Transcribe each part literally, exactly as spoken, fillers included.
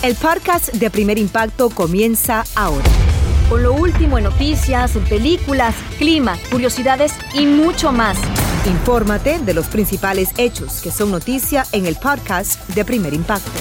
El podcast de Primer Impacto comienza ahora. Con lo último en noticias, en películas, clima, curiosidades y mucho más. Infórmate de los principales hechos que son noticia en el podcast de Primer Impacto.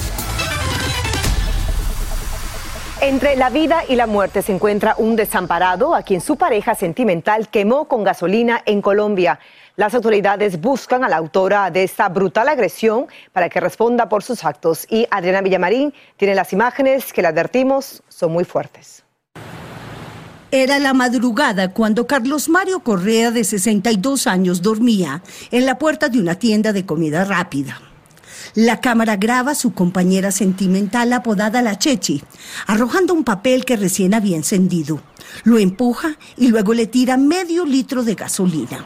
Entre la vida y la muerte se encuentra un desamparado a quien su pareja sentimental quemó con gasolina en Colombia. Las autoridades buscan a la autora de esta brutal agresión para que responda por sus actos. Y Adriana Villamarín tiene las imágenes que le advertimos son muy fuertes. Era la madrugada cuando Carlos Mario Correa, de sesenta y dos años, dormía en la puerta de una tienda de comida rápida. La cámara graba a su compañera sentimental apodada La Chechi, arrojando un papel que recién había encendido. Lo empuja y luego le tira medio litro de gasolina.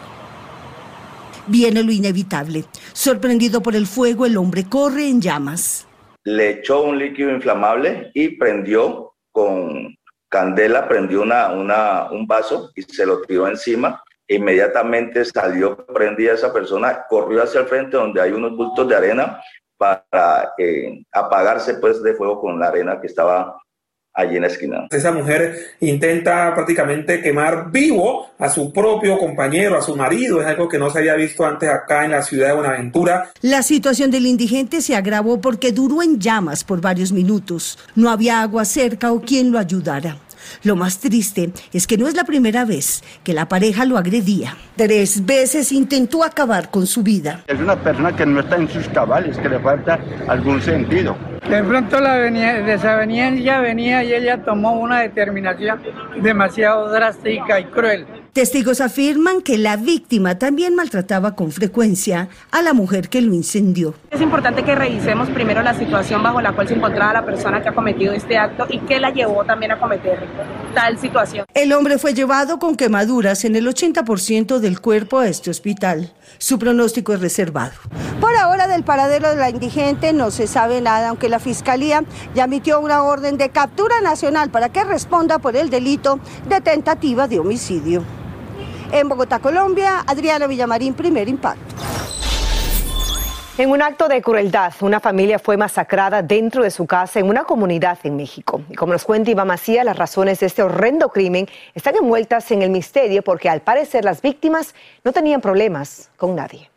Viene lo inevitable. Sorprendido por el fuego, el hombre corre en llamas. Le echó un líquido inflamable y prendió con candela, prendió una, una, un vaso y se lo tiró encima. Inmediatamente salió prendida esa persona, corrió hacia el frente donde hay unos bultos de arena para eh, apagarse pues de fuego con la arena que estaba allí en la esquina. Esa mujer intenta prácticamente quemar vivo a su propio compañero, a su marido. Es algo que no se había visto antes acá en la ciudad de Buenaventura. La situación del indigente se agravó porque duró en llamas por varios minutos. No había agua cerca o quien lo ayudara. Lo más triste es que no es la primera vez que la pareja lo agredía. Tres veces intentó acabar con su vida. Es una persona que no está en sus cabales, que le falta algún sentido. De pronto la desaveniencia venía y ella tomó una determinación demasiado drástica y cruel. Testigos afirman que la víctima también maltrataba con frecuencia a la mujer que lo incendió. Es importante que revisemos primero la situación bajo la cual se encontraba la persona que ha cometido este acto y que la llevó también a cometer tal situación. El hombre fue llevado con quemaduras en el ochenta por ciento del cuerpo a este hospital. Su pronóstico es reservado. Por ahora del paradero de la indigente no se sabe nada, aunque la Fiscalía ya emitió una orden de captura nacional para que responda por el delito de tentativa de homicidio. En Bogotá, Colombia, Adriana Villamarín, Primer Impacto. En un acto de crueldad, una familia fue masacrada dentro de su casa en una comunidad en México. Y como nos cuenta Iván Macías, las razones de este horrendo crimen están envueltas en el misterio porque al parecer las víctimas no tenían problemas con nadie.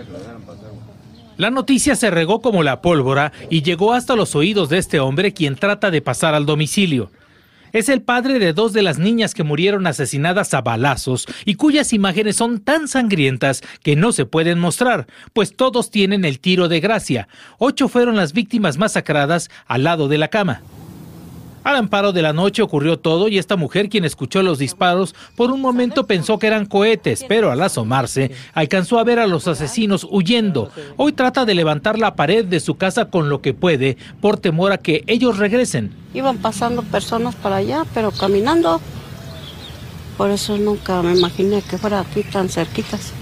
La noticia se regó como la pólvora y llegó hasta los oídos de este hombre, quien trata de pasar al domicilio. Es el padre de dos de las niñas que murieron asesinadas a balazos y cuyas imágenes son tan sangrientas que no se pueden mostrar, pues todos tienen el tiro de gracia. Ocho fueron las víctimas masacradas al lado de la cama. Al amparo de la noche ocurrió todo y esta mujer, quien escuchó los disparos, por un momento pensó que eran cohetes, pero al asomarse alcanzó a ver a los asesinos huyendo. Hoy trata de levantar la pared de su casa con lo que puede por temor a que ellos regresen. Iban pasando personas para allá, pero caminando. Por eso nunca me imaginé que fuera aquí tan cerquitas.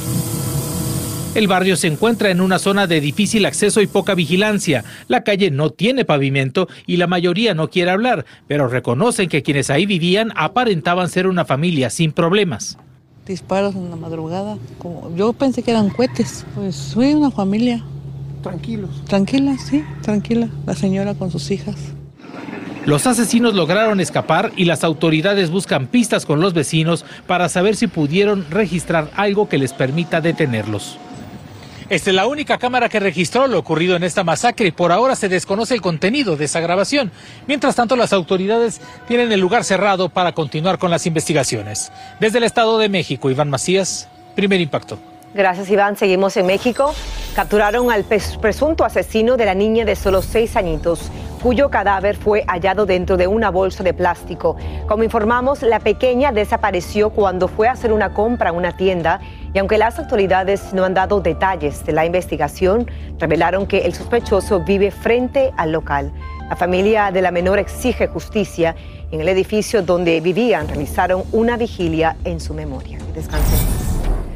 El barrio se encuentra en una zona de difícil acceso y poca vigilancia. La calle no tiene pavimento y la mayoría no quiere hablar, pero reconocen que quienes ahí vivían aparentaban ser una familia sin problemas. Disparos en la madrugada. Como yo pensé que eran cohetes. Pues soy una familia. Tranquilos. Tranquila, sí, tranquila. La señora con sus hijas. Los asesinos lograron escapar y las autoridades buscan pistas con los vecinos para saber si pudieron registrar algo que les permita detenerlos. Esta es la única cámara que registró lo ocurrido en esta masacre y por ahora se desconoce el contenido de esa grabación. Mientras tanto, las autoridades tienen el lugar cerrado para continuar con las investigaciones. Desde el Estado de México, Iván Macías, Primer Impacto. Gracias, Iván. Seguimos en México. Capturaron al presunto asesino de la niña de solo seis añitos, cuyo cadáver fue hallado dentro de una bolsa de plástico. Como informamos, la pequeña desapareció cuando fue a hacer una compra en una tienda y aunque las autoridades no han dado detalles de la investigación, revelaron que el sospechoso vive frente al local. La familia de la menor exige justicia. En el edificio donde vivían realizaron una vigilia en su memoria. Descansen.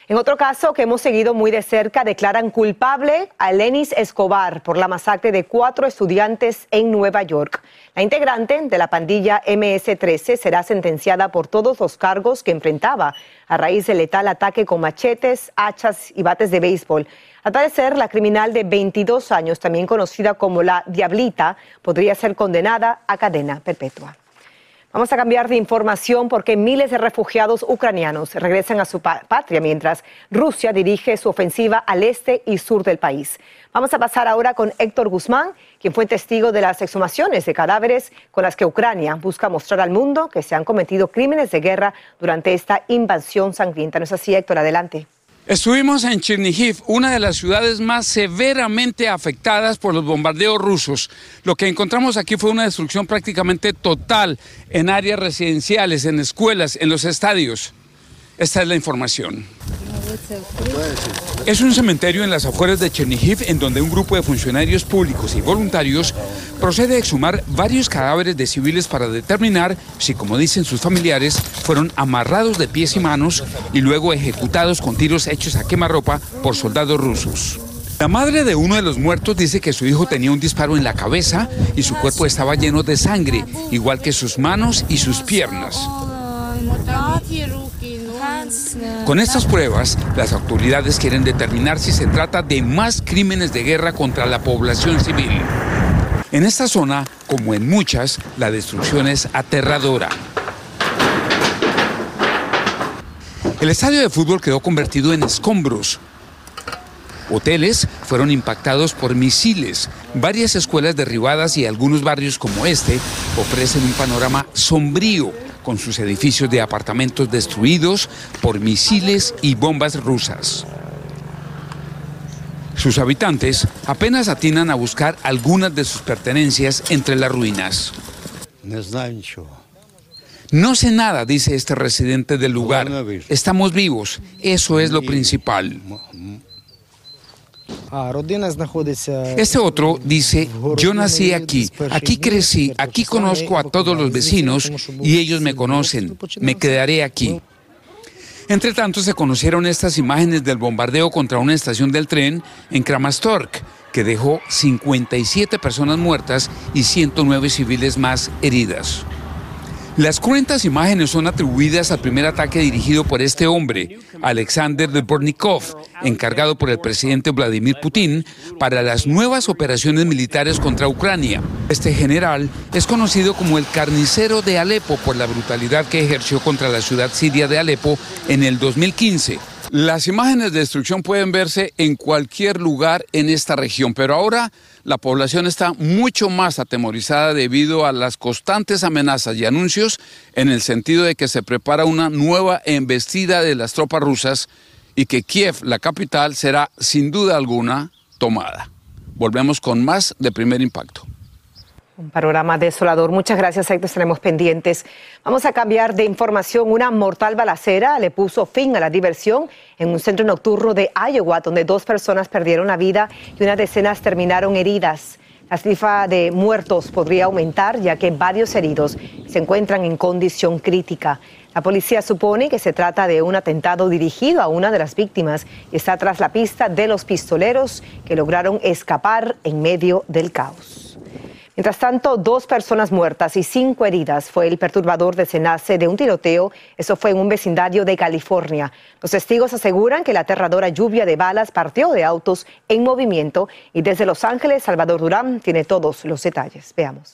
En otro caso que hemos seguido muy de cerca, declaran culpable a Lenis Escobar por la masacre de cuatro estudiantes en Nueva York. La integrante de la pandilla eme ese trece será sentenciada por todos los cargos que enfrentaba a raíz del letal ataque con machetes, hachas y bates de béisbol. Al parecer, la criminal de veintidós años, también conocida como la Diablita, podría ser condenada a cadena perpetua. Vamos a cambiar de información porque miles de refugiados ucranianos regresan a su patria mientras Rusia dirige su ofensiva al este y sur del país. Vamos a pasar ahora con Héctor Guzmán, quien fue testigo de las exhumaciones de cadáveres con las que Ucrania busca mostrar al mundo que se han cometido crímenes de guerra durante esta invasión sangrienta. ¿No es así, Héctor? Adelante. Estuvimos en Chernihiv, una de las ciudades más severamente afectadas por los bombardeos rusos. Lo que encontramos aquí fue una destrucción prácticamente total en áreas residenciales, en escuelas, en los estadios. Esta es la información. Es un cementerio en las afueras de Chernihiv en donde un grupo de funcionarios públicos y voluntarios procede a exhumar varios cadáveres de civiles para determinar si, como dicen sus familiares, fueron amarrados de pies y manos y luego ejecutados con tiros hechos a quemarropa por soldados rusos. La madre de uno de los muertos dice que su hijo tenía un disparo en la cabeza y su cuerpo estaba lleno de sangre, igual que sus manos y sus piernas. Con estas pruebas, las autoridades quieren determinar si se trata de más crímenes de guerra contra la población civil. En esta zona, como en muchas, la destrucción es aterradora. El estadio de fútbol quedó convertido en escombros. Hoteles fueron impactados por misiles. Varias escuelas derribadas y algunos barrios como este ofrecen un panorama sombrío, con sus edificios de apartamentos destruidos por misiles y bombas rusas. Sus habitantes apenas atinan a buscar algunas de sus pertenencias entre las ruinas. No sé nada, dice este residente del lugar. Estamos vivos, eso es lo principal. Este otro dice, yo nací aquí, aquí crecí, aquí conozco a todos los vecinos y ellos me conocen, me quedaré aquí. Entre tanto, se conocieron estas imágenes del bombardeo contra una estación del tren en Kramatorsk, que dejó cincuenta y siete personas muertas y ciento nueve civiles más heridas. Las cruentas imágenes son atribuidas al primer ataque dirigido por este hombre, Alexander Dvornikov, encargado por el presidente Vladimir Putin para las nuevas operaciones militares contra Ucrania. Este general es conocido como el carnicero de Alepo por la brutalidad que ejerció contra la ciudad siria de Alepo en el dos mil quince. Las imágenes de destrucción pueden verse en cualquier lugar en esta región, pero ahora la población está mucho más atemorizada debido a las constantes amenazas y anuncios en el sentido de que se prepara una nueva embestida de las tropas rusas y que Kiev, la capital, será sin duda alguna tomada. Volvemos con más de Primer Impacto. Un panorama desolador. Muchas gracias, Héctor. Estaremos pendientes. Vamos a cambiar de información. Una mortal balacera le puso fin a la diversión en un centro nocturno de Iowa, donde dos personas perdieron la vida y unas decenas terminaron heridas. La cifra de muertos podría aumentar, ya que varios heridos se encuentran en condición crítica. La policía supone que se trata de un atentado dirigido a una de las víctimas y está tras la pista de los pistoleros que lograron escapar en medio del caos. Mientras tanto, dos personas muertas y cinco heridas fue el perturbador desenlace de un tiroteo. Eso fue en un vecindario de California. Los testigos aseguran que la aterradora lluvia de balas partió de autos en movimiento. Y desde Los Ángeles, Salvador Durán tiene todos los detalles. Veamos.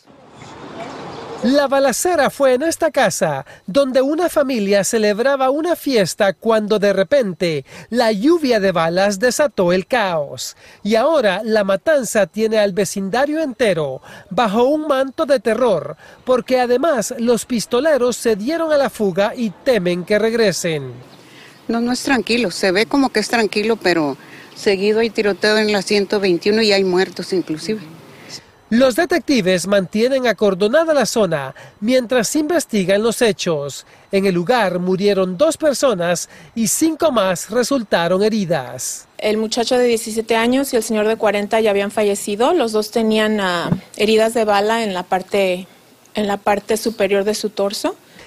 La balacera fue en esta casa, donde una familia celebraba una fiesta cuando de repente la lluvia de balas desató el caos. Y ahora la matanza tiene al vecindario entero bajo un manto de terror, porque además los pistoleros se dieron a la fuga y temen que regresen. No, no es tranquilo, se ve como que es tranquilo, pero seguido hay tiroteo en la ciento veintiuno y hay muertos inclusive. Los detectives mantienen acordonada la zona mientras investigan los hechos. En el lugar murieron dos personas y cinco más resultaron heridas. El muchacho de diecisiete años y el señor de cuarenta ya habían fallecido. Los dos tenían uh, heridas de bala en la parte, en la parte superior de su torso.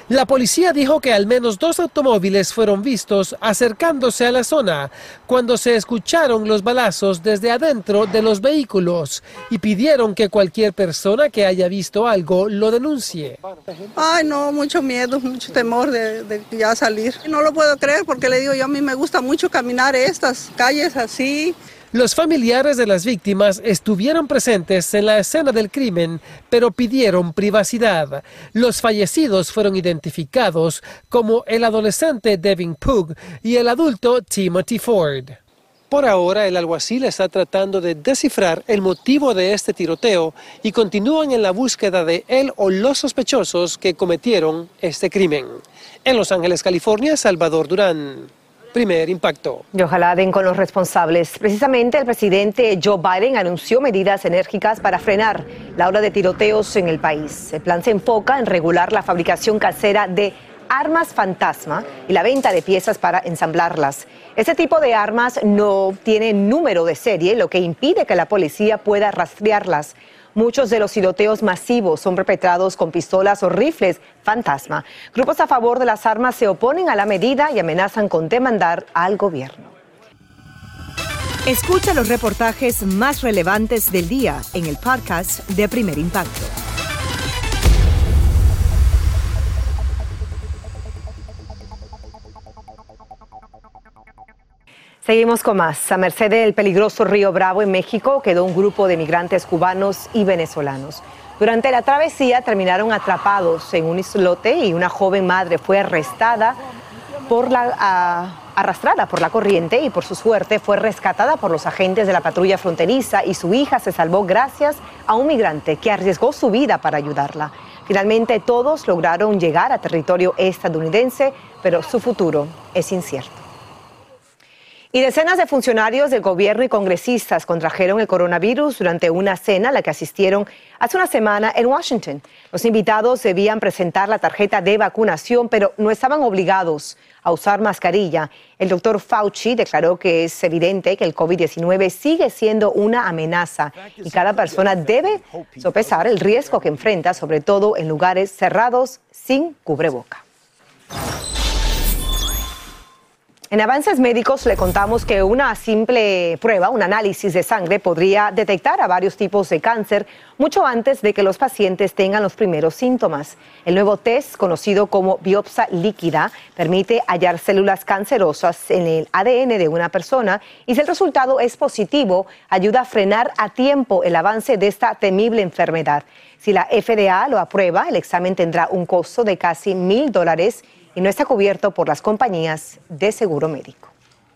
La policía dijo que al menos dos automóviles fueron vistos acercándose a la zona cuando se escucharon los balazos desde adentro de los vehículos y pidieron que cualquier persona que haya visto algo lo denuncie. Ay, no, mucho miedo, mucho temor de, de ya salir. No lo puedo creer porque le digo yo, a mí me gusta mucho caminar estas calles así. Los familiares de las víctimas estuvieron presentes en la escena del crimen, pero pidieron privacidad. Los fallecidos fueron identificados como el adolescente Devin Pugh y el adulto Timothy Ford. Por ahora, el alguacil está tratando de descifrar el motivo de este tiroteo y continúan en la búsqueda de él o los sospechosos que cometieron este crimen. En Los Ángeles, California, Salvador Durán. Primer Impacto. Y ojalá den con los responsables. Precisamente el presidente Joe Biden anunció medidas enérgicas para frenar la ola de tiroteos en el país. El plan se enfoca en regular la fabricación casera de armas fantasma y la venta de piezas para ensamblarlas. Este tipo de armas no tiene número de serie, lo que impide que la policía pueda rastrearlas. Muchos de los tiroteos masivos son perpetrados con pistolas o rifles fantasma. Grupos a favor de las armas se oponen a la medida y amenazan con demandar al gobierno. Escucha los reportajes más relevantes del día en el podcast de Primer Impacto. Seguimos con más. A merced del peligroso río Bravo en México quedó un grupo de migrantes cubanos y venezolanos. Durante la travesía terminaron atrapados en un islote y una joven madre fue arrestada por la, a, arrastrada por la corriente y por su suerte fue rescatada por los agentes de la patrulla fronteriza y su hija se salvó gracias a un migrante que arriesgó su vida para ayudarla. Finalmente todos lograron llegar a territorio estadounidense, pero su futuro es incierto. Y decenas de funcionarios del gobierno y congresistas contrajeron el coronavirus durante una cena a la que asistieron hace una semana en Washington. Los invitados debían presentar la tarjeta de vacunación, pero no estaban obligados a usar mascarilla. El doctor Fauci declaró que es evidente que el COVID diecinueve sigue siendo una amenaza y cada persona debe sopesar el riesgo que enfrenta, sobre todo en lugares cerrados sin cubreboca. En Avances Médicos le contamos que una simple prueba, un análisis de sangre, podría detectar a varios tipos de cáncer mucho antes de que los pacientes tengan los primeros síntomas. El nuevo test, conocido como biopsia líquida, permite hallar células cancerosas en el A D N de una persona y si el resultado es positivo, ayuda a frenar a tiempo el avance de esta temible enfermedad. Si la F D A lo aprueba, el examen tendrá un costo de casi mil dólares y no está cubierto por las compañías de seguro médico.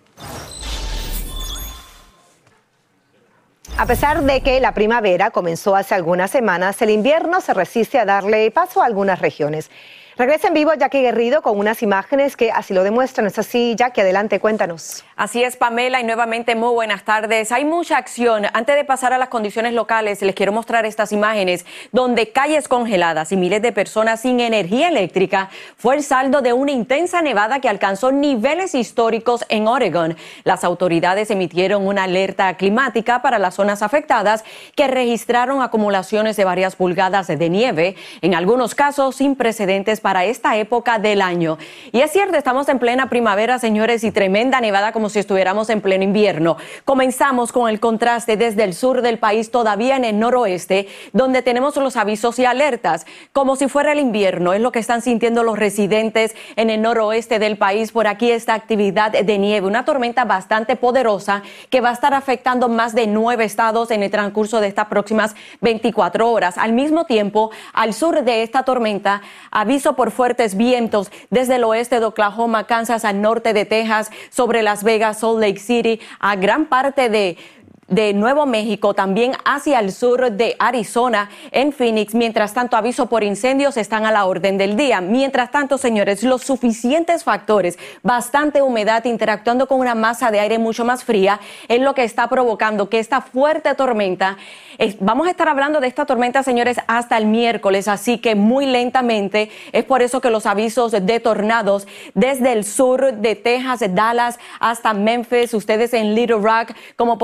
A pesar de que la primavera comenzó hace algunas semanas, el invierno se resiste a darle paso a algunas regiones. Regresa en vivo Jackie Guerrido con unas imágenes que así lo demuestran. ¿Es así, Jackie? Adelante, cuéntanos. Así es, Pamela, y nuevamente muy buenas tardes. Hay mucha acción. Antes de pasar a las condiciones locales, les quiero mostrar estas imágenes donde calles congeladas y miles de personas sin energía eléctrica fue el saldo de una intensa nevada que alcanzó niveles históricos en Oregon. Las autoridades emitieron una alerta climática para las zonas afectadas que registraron acumulaciones de varias pulgadas de nieve, en algunos casos sin precedentes para esta época del año. Y es cierto, estamos en plena primavera, señores, y tremenda nevada como si estuviéramos en pleno invierno. Comenzamos con el contraste desde el sur del país, todavía en el noroeste, donde tenemos los avisos y alertas, como si fuera el invierno. Es lo que están sintiendo los residentes en el noroeste del país. Por aquí esta actividad de nieve, una tormenta bastante poderosa que va a estar afectando más de nueve estados en el transcurso de estas próximas veinticuatro horas. Al mismo tiempo, al sur de esta tormenta, aviso por fuertes vientos desde el oeste de Oklahoma, Kansas, al norte de Texas, sobre Las Vegas, Salt Lake City, a gran parte de de Nuevo México, también hacia el sur de Arizona, en Phoenix. Mientras tanto, aviso por incendios están a la orden del día. Mientras tanto, señores, los suficientes factores, bastante humedad interactuando con una masa de aire mucho más fría, es lo que está provocando que esta fuerte tormenta, eh, vamos a estar hablando de esta tormenta, señores, hasta el miércoles, así que muy lentamente. Es por eso que los avisos de tornados desde el sur de Texas, Dallas, hasta Memphis, ustedes en Little Rock, como podemos observar,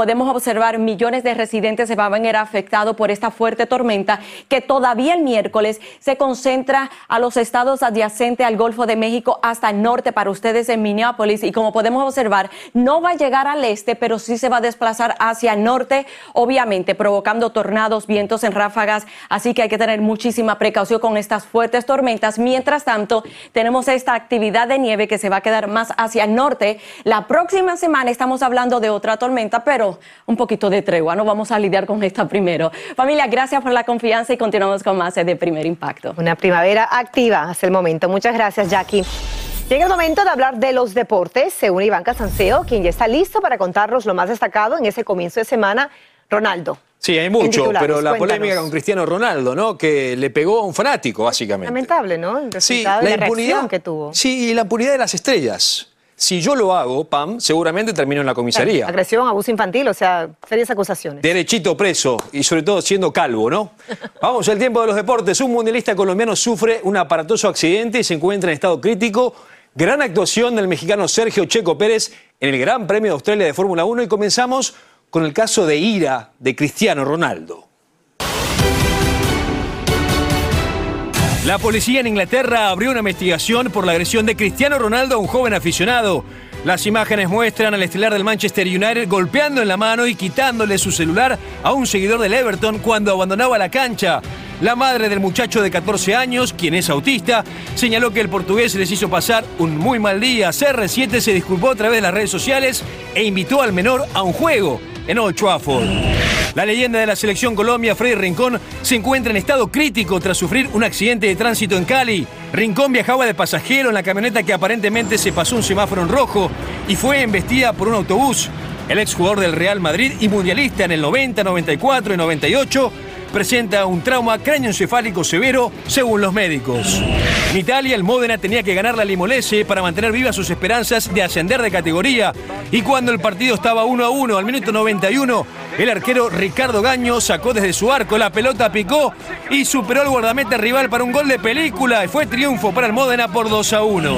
observar, millones de residentes se van a ver afectados por esta fuerte tormenta que todavía el miércoles se concentra a los estados adyacentes al Golfo de México hasta el norte para ustedes en Minneapolis. Y como podemos observar, no va a llegar al este, pero sí se va a desplazar hacia el norte, obviamente provocando tornados, vientos en ráfagas. Así que hay que tener muchísima precaución con estas fuertes tormentas. Mientras tanto, tenemos esta actividad de nieve que se va a quedar más hacia el norte. La próxima semana estamos hablando de otra tormenta, pero un poquito de tregua. No vamos a lidiar con esta primero. Familia, gracias por la confianza y continuamos con más de Primer Impacto. Una primavera activa hasta el momento. Muchas gracias, Jackie. Llega el momento de hablar de los deportes. Se une Iván Casanseo, quien ya está listo para contarnos lo más destacado en ese comienzo de semana. Ronaldo. Sí, hay mucho, pero la polémica con Cristiano Ronaldo, ¿no? Que le pegó a un fanático, básicamente. Lamentable, ¿no? El resultado sí, y la la impunidad reacción que tuvo. Sí, y la impunidad de las estrellas. Si yo lo hago, Pam, seguramente termino en la comisaría. Claro, agresión, abuso infantil, o sea, serias acusaciones. Derechito preso, y sobre todo siendo calvo, ¿no? Vamos al tiempo de los deportes. Un mundialista colombiano sufre un aparatoso accidente y se encuentra en estado crítico. Gran actuación del mexicano Sergio Checo Pérez en el Gran Premio de Australia de Fórmula uno. Y comenzamos con el caso de ira de Cristiano Ronaldo. La policía en Inglaterra abrió una investigación por la agresión de Cristiano Ronaldo a un joven aficionado. Las imágenes muestran al estelar del Manchester United golpeando en la mano y quitándole su celular a un seguidor del Everton cuando abandonaba la cancha. La madre del muchacho de catorce años, quien es autista, señaló que el portugués les hizo pasar un muy mal día. C R siete se disculpó a través de las redes sociales e invitó al menor a un juego en Old Trafford. La leyenda de la selección Colombia, Freddy Rincón, se encuentra en estado crítico tras sufrir un accidente de tránsito en Cali. Rincón viajaba de pasajero en la camioneta que aparentemente se pasó un semáforo en rojo y fue embestida por un autobús. El exjugador del Real Madrid y mundialista en el noventa, noventa y cuatro y noventa y ocho presenta un trauma cráneoencefálico severo, según los médicos. En Italia, el Módena tenía que ganar la Limolese para mantener vivas sus esperanzas de ascender de categoría. Y cuando el partido estaba uno a uno, al minuto noventa y uno, el arquero Ricardo Gaño sacó desde su arco, la pelota picó y superó al guardameta rival para un gol de película. Y fue triunfo para el Módena por dos a uno.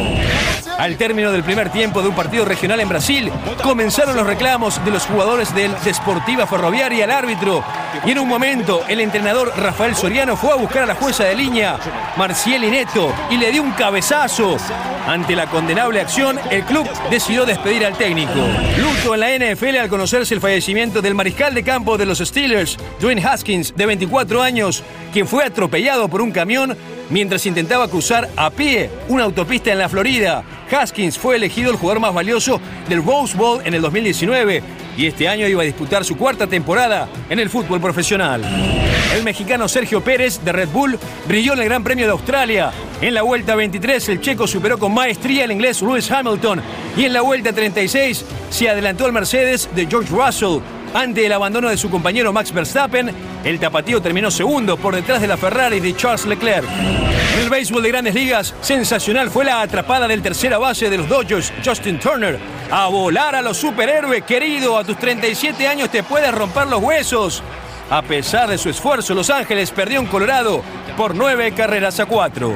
Al término del primer tiempo de un partido regional en Brasil, comenzaron los reclamos de los jugadores del Desportiva Ferroviaria al árbitro. Y en un momento, el entrenador Rafael Soriano fue a buscar a la jueza de línea, Marcieli Neto, y le dio un cabezazo. Ante la condenable acción, el club decidió despedir al técnico. Luto en la N F L al conocerse el fallecimiento del mariscal de campo de los Steelers, Dwayne Haskins, de veinticuatro años, quien fue atropellado por un camión mientras intentaba cruzar a pie una autopista en la Florida. Haskins fue elegido el jugador más valioso del Rose Bowl en el dos mil diecinueve y este año iba a disputar su cuarta temporada en el fútbol profesional. El mexicano Sergio Pérez, de Red Bull, brilló en el Gran Premio de Australia. En la Vuelta veintitrés, el checo superó con maestría al inglés Lewis Hamilton y en la Vuelta treinta y seis se adelantó al Mercedes de George Russell. Ante el abandono de su compañero Max Verstappen, el tapatío terminó segundo por detrás de la Ferrari de Charles Leclerc. En el béisbol de Grandes Ligas, sensacional fue la atrapada del tercera base de los Dodgers, Justin Turner. A volar a los superhéroes, querido, a tus treinta y siete años te puedes romper los huesos. A pesar de su esfuerzo, Los Ángeles perdió en Colorado por nueve carreras a cuatro.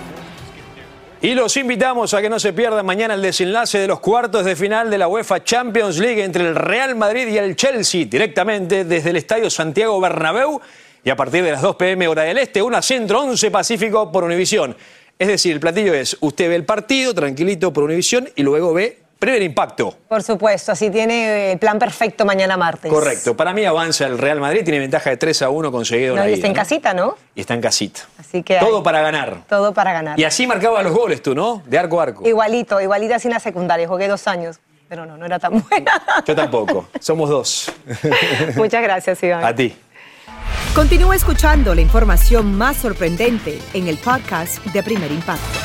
Y los invitamos a que no se pierdan mañana el desenlace de los cuartos de final de la UEFA Champions League entre el Real Madrid y el Chelsea, directamente desde el Estadio Santiago Bernabéu y a partir de las dos pe eme hora del este, una Centro, once Pacífico por Univisión. Es decir, el platillo es, usted ve el partido tranquilito por Univisión y luego ve Primer Impacto. Por supuesto, así tiene el plan perfecto mañana martes. Correcto. Para mí avanza el Real Madrid, tiene ventaja de tres a uno conseguido en no, la y ida, está en ¿no? casita, ¿no? Y está en casita. Así que todo hay... para ganar. Todo para ganar. Y así marcaba los goles tú, ¿no? De arco a arco. Igualito, igualita así en la secundaria. Jugué dos años, pero no, no era tan buena. Yo tampoco. Somos dos. Muchas gracias, Iván. A ti. Continúa escuchando la información más sorprendente en el podcast de Primer Impacto.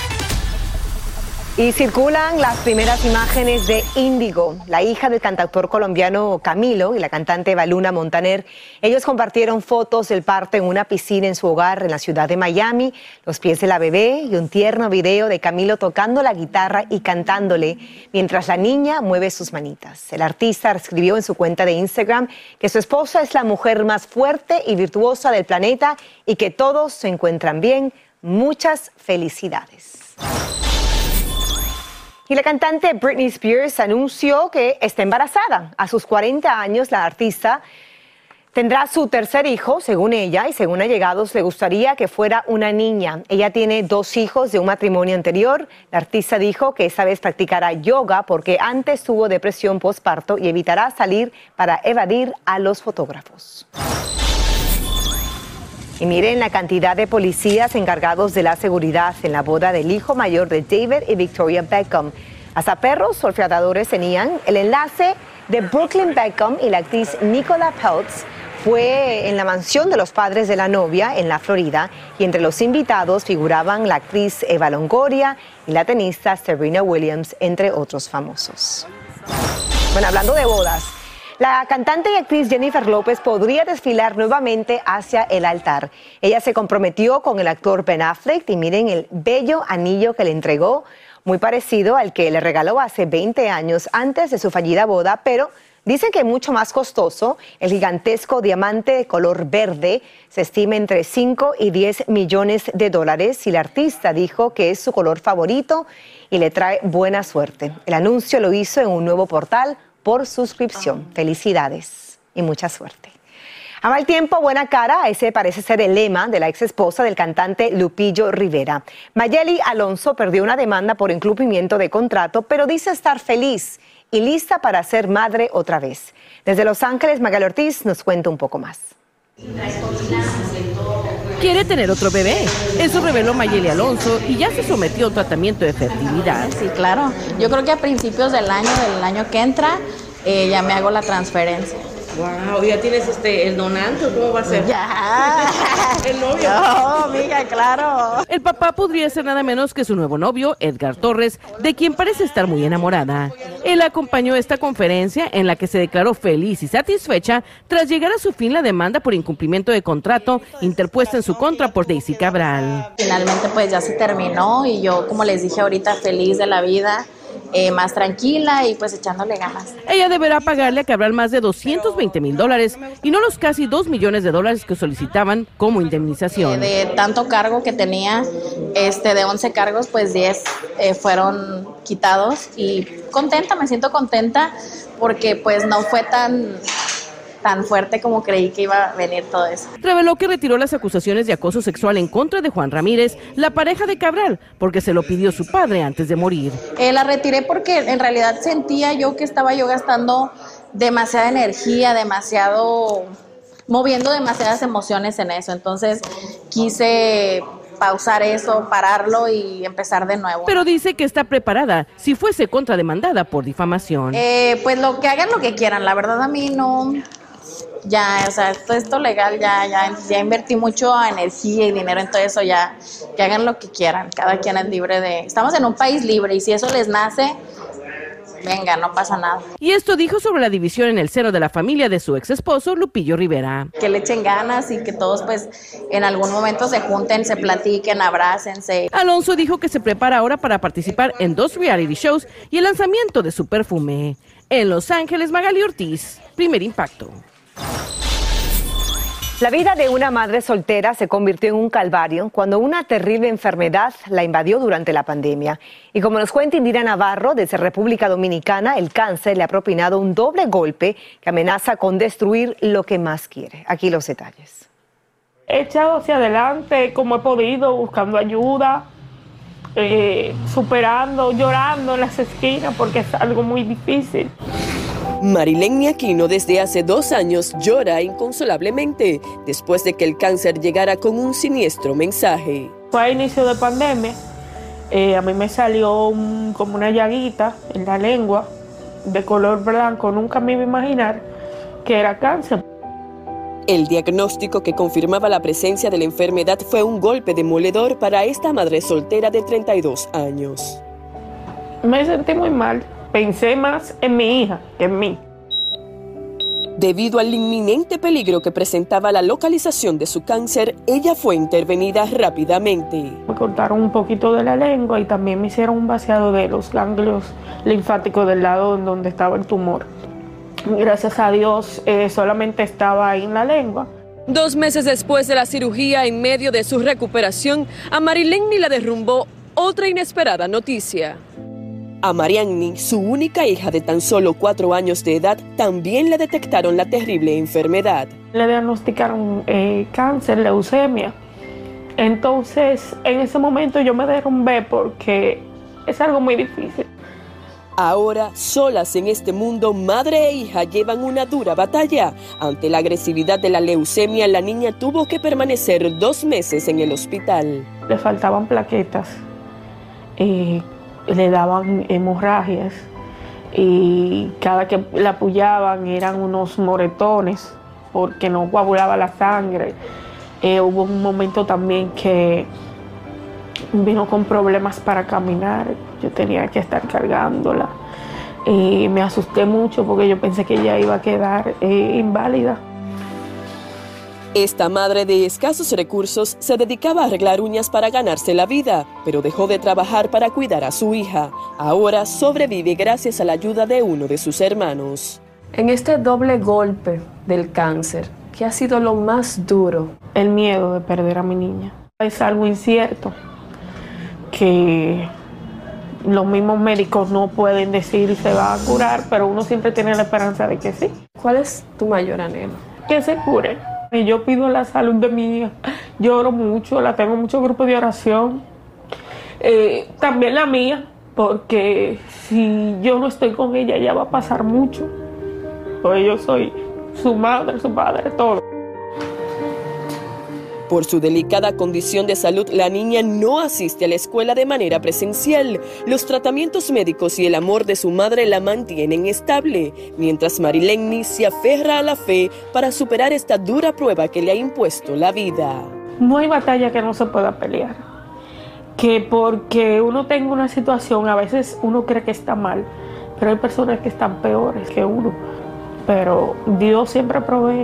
Y circulan las primeras imágenes de Índigo, la hija del cantautor colombiano Camilo y la cantante Baluna Montaner. Ellos compartieron fotos del parto en una piscina en su hogar en la ciudad de Miami, los pies de la bebé y un tierno video de Camilo tocando la guitarra y cantándole mientras la niña mueve sus manitas. El artista escribió en su cuenta de Instagram que su esposa es la mujer más fuerte y virtuosa del planeta y que todos se encuentran bien. Muchas felicidades. Y la cantante Britney Spears anunció que está embarazada. A sus cuarenta años, la artista tendrá su tercer hijo, según ella, y según allegados le gustaría que fuera una niña. Ella tiene dos hijos de un matrimonio anterior. La artista dijo que esta vez practicará yoga porque antes tuvo depresión postparto y evitará salir para evadir a los fotógrafos. Y miren la cantidad de policías encargados de la seguridad en la boda del hijo mayor de David y Victoria Beckham. Hasta perros olfateadores tenían. El enlace de Brooklyn Beckham y la actriz Nicola Peltz fue en la mansión de los padres de la novia en la Florida, y entre los invitados figuraban la actriz Eva Longoria y la tenista Serena Williams, entre otros famosos. Bueno, hablando de bodas, la cantante y actriz Jennifer López podría desfilar nuevamente hacia el altar. Ella se comprometió con el actor Ben Affleck y miren el bello anillo que le entregó, muy parecido al que le regaló hace veinte años antes de su fallida boda, pero dicen que es mucho más costoso. El gigantesco diamante de color verde se estima entre cinco y diez millones de dólares y la artista dijo que es su color favorito y le trae buena suerte. El anuncio lo hizo en un nuevo portal por suscripción. Felicidades y mucha suerte. A mal tiempo, buena cara, ese parece ser el lema de la ex esposa del cantante Lupillo Rivera. Mayeli Alonso perdió una demanda por incumplimiento de contrato, pero dice estar feliz y lista para ser madre otra vez. Desde Los Ángeles, Magali Ortiz nos cuenta un poco más. Quiere tener otro bebé. Eso reveló Mayeli Alonso y ya se sometió a un tratamiento de fertilidad. Sí, claro. Yo creo que a principios del año, del año que entra, eh, ya me hago la transferencia. Wow, ¿ya tienes este el donante o cómo va a ser? Ya. El novio. No, amiga, claro. El papá podría ser nada menos que su nuevo novio, Edgar Torres, de quien parece estar muy enamorada. Él acompañó esta conferencia en la que se declaró feliz y satisfecha tras llegar a su fin la demanda por incumplimiento de contrato interpuesta en su contra por Daisy Cabral. Finalmente pues ya se terminó y yo, como les dije ahorita, feliz de la vida. Eh, más tranquila y pues echándole ganas. Ella deberá pagarle a Cabral más de doscientos veinte mil dólares y no los casi dos millones de dólares que solicitaban como indemnización. Eh, de tanto cargo que tenía, este, de once cargos, pues diez eh, fueron quitados y contenta, me siento contenta porque pues no fue tan... tan fuerte como creí que iba a venir todo eso. Reveló que retiró las acusaciones de acoso sexual en contra de Juan Ramírez, la pareja de Cabral, porque se lo pidió su padre antes de morir. Eh, la retiré porque en realidad sentía yo que estaba yo gastando demasiada energía, demasiado, moviendo demasiadas emociones en eso. Entonces quise pausar eso, pararlo y empezar de nuevo. Pero dice que está preparada si fuese contrademandada por difamación. Eh, pues lo que hagan lo que quieran, la verdad a mí no... Ya, o sea, todo esto legal, ya, ya, ya invertí mucho energía y dinero en todo eso, ya, que hagan lo que quieran, cada quien es libre de... Estamos en un país libre y si eso les nace, venga, no pasa nada. Y esto dijo sobre la división en el seno de la familia de su ex esposo, Lupillo Rivera. Que le echen ganas y que todos pues en algún momento se junten, se platiquen, abrácense. Alonso dijo que se prepara ahora para participar en dos reality shows y el lanzamiento de su perfume. En Los Ángeles, Magali Ortiz, Primer Impacto. La vida de una madre soltera se convirtió en un calvario cuando una terrible enfermedad la invadió durante la pandemia. Y como nos cuenta Indira Navarro, desde República Dominicana, el cáncer le ha propinado un doble golpe que amenaza con destruir lo que más quiere. Aquí los detalles. He echado hacia adelante como he podido, buscando ayuda, eh, superando, llorando en las esquinas porque es algo muy difícil. Marilyn Aquino desde hace dos años llora inconsolablemente después de que el cáncer llegara con un siniestro mensaje. Fue a inicio de pandemia, eh, a mí me salió un, como una llaguita en la lengua de color blanco. Nunca me iba a imaginar que era cáncer. El diagnóstico que confirmaba la presencia de la enfermedad fue un golpe demoledor para esta madre soltera de treinta y dos años. Me sentí muy mal. Pensé más en mi hija que en mí. Debido al inminente peligro que presentaba la localización de su cáncer, ella fue intervenida rápidamente. Me cortaron un poquito de la lengua y también me hicieron un vaciado de los ganglios linfáticos del lado en donde estaba el tumor. Gracias a Dios, eh, solamente estaba ahí en la lengua. Dos meses después de la cirugía, en medio de su recuperación, a Marilyn la derrumbó otra inesperada noticia. A Marianny, su única hija de tan solo cuatro años de edad, también le detectaron la terrible enfermedad. Le diagnosticaron eh, cáncer, leucemia. Entonces, en ese momento yo me derrumbé porque es algo muy difícil. Ahora, solas en este mundo, madre e hija llevan una dura batalla. Ante la agresividad de la leucemia, la niña tuvo que permanecer dos meses en el hospital. Le faltaban plaquetas, eh, le daban hemorragias y cada que la apoyaban eran unos moretones porque no coagulaba la sangre. Eh, hubo un momento también que vino con problemas para caminar, yo tenía que estar cargándola y me asusté mucho porque yo pensé que ella iba a quedar eh, inválida. Esta madre de escasos recursos se dedicaba a arreglar uñas para ganarse la vida, pero dejó de trabajar para cuidar a su hija. Ahora sobrevive gracias a la ayuda de uno de sus hermanos. En este doble golpe del cáncer, ¿qué ha sido lo más duro? El miedo de perder a mi niña. Es algo incierto que los mismos médicos no pueden decir si se va a curar, pero uno siempre tiene la esperanza de que sí. ¿Cuál es tu mayor anhelo? Que se cure. Y yo pido la salud de mi hija. Lloro mucho, la tengo en muchos grupos de oración. Eh, también la mía, porque si yo no estoy con ella, ella va a pasar mucho. Porque yo soy su madre, su padre, todo. Por su delicada condición de salud, la niña no asiste a la escuela de manera presencial. Los tratamientos médicos y el amor de su madre la mantienen estable, mientras Marilenny se aferra a la fe para superar esta dura prueba que le ha impuesto la vida. No hay batalla que no se pueda pelear. Que porque uno tenga una situación, a veces uno cree que está mal, pero hay personas que están peores que uno. Pero Dios siempre provee.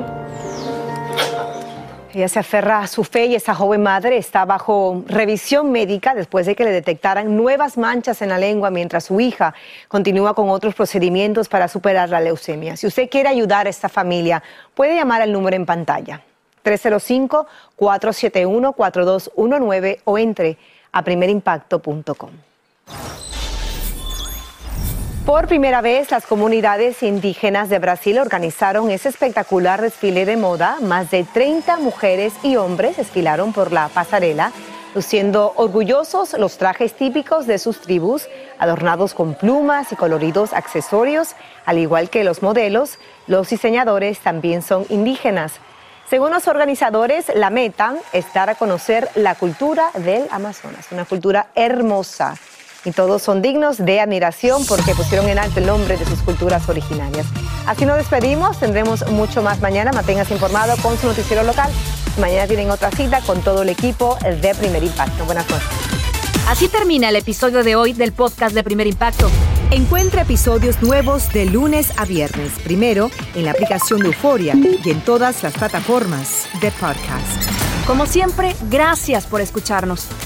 Ella se aferra a su fe y esa joven madre está bajo revisión médica después de que le detectaran nuevas manchas en la lengua mientras su hija continúa con otros procedimientos para superar la leucemia. Si usted quiere ayudar a esta familia, puede llamar al número en pantalla, tres cero cinco, cuatro siete uno, cuatro dos uno nueve o entre a primer impacto punto com. Por primera vez, las comunidades indígenas de Brasil organizaron ese espectacular desfile de moda. Más de treinta mujeres y hombres desfilaron por la pasarela, luciendo orgullosos los trajes típicos de sus tribus, adornados con plumas y coloridos accesorios. Al igual que los modelos, los diseñadores también son indígenas. Según los organizadores, la meta es dar a conocer la cultura del Amazonas, una cultura hermosa. Y todos son dignos de admiración porque pusieron en alto el nombre de sus culturas originarias. Así nos despedimos, tendremos mucho más mañana. Manténgase informado con su noticiero local. Mañana tienen otra cita con todo el equipo de Primer Impacto. Buenas noches. Así termina el episodio de hoy del podcast de Primer Impacto. Encuentra episodios nuevos de lunes a viernes, primero en la aplicación de Euforia y en todas las plataformas de podcast. Como siempre, gracias por escucharnos.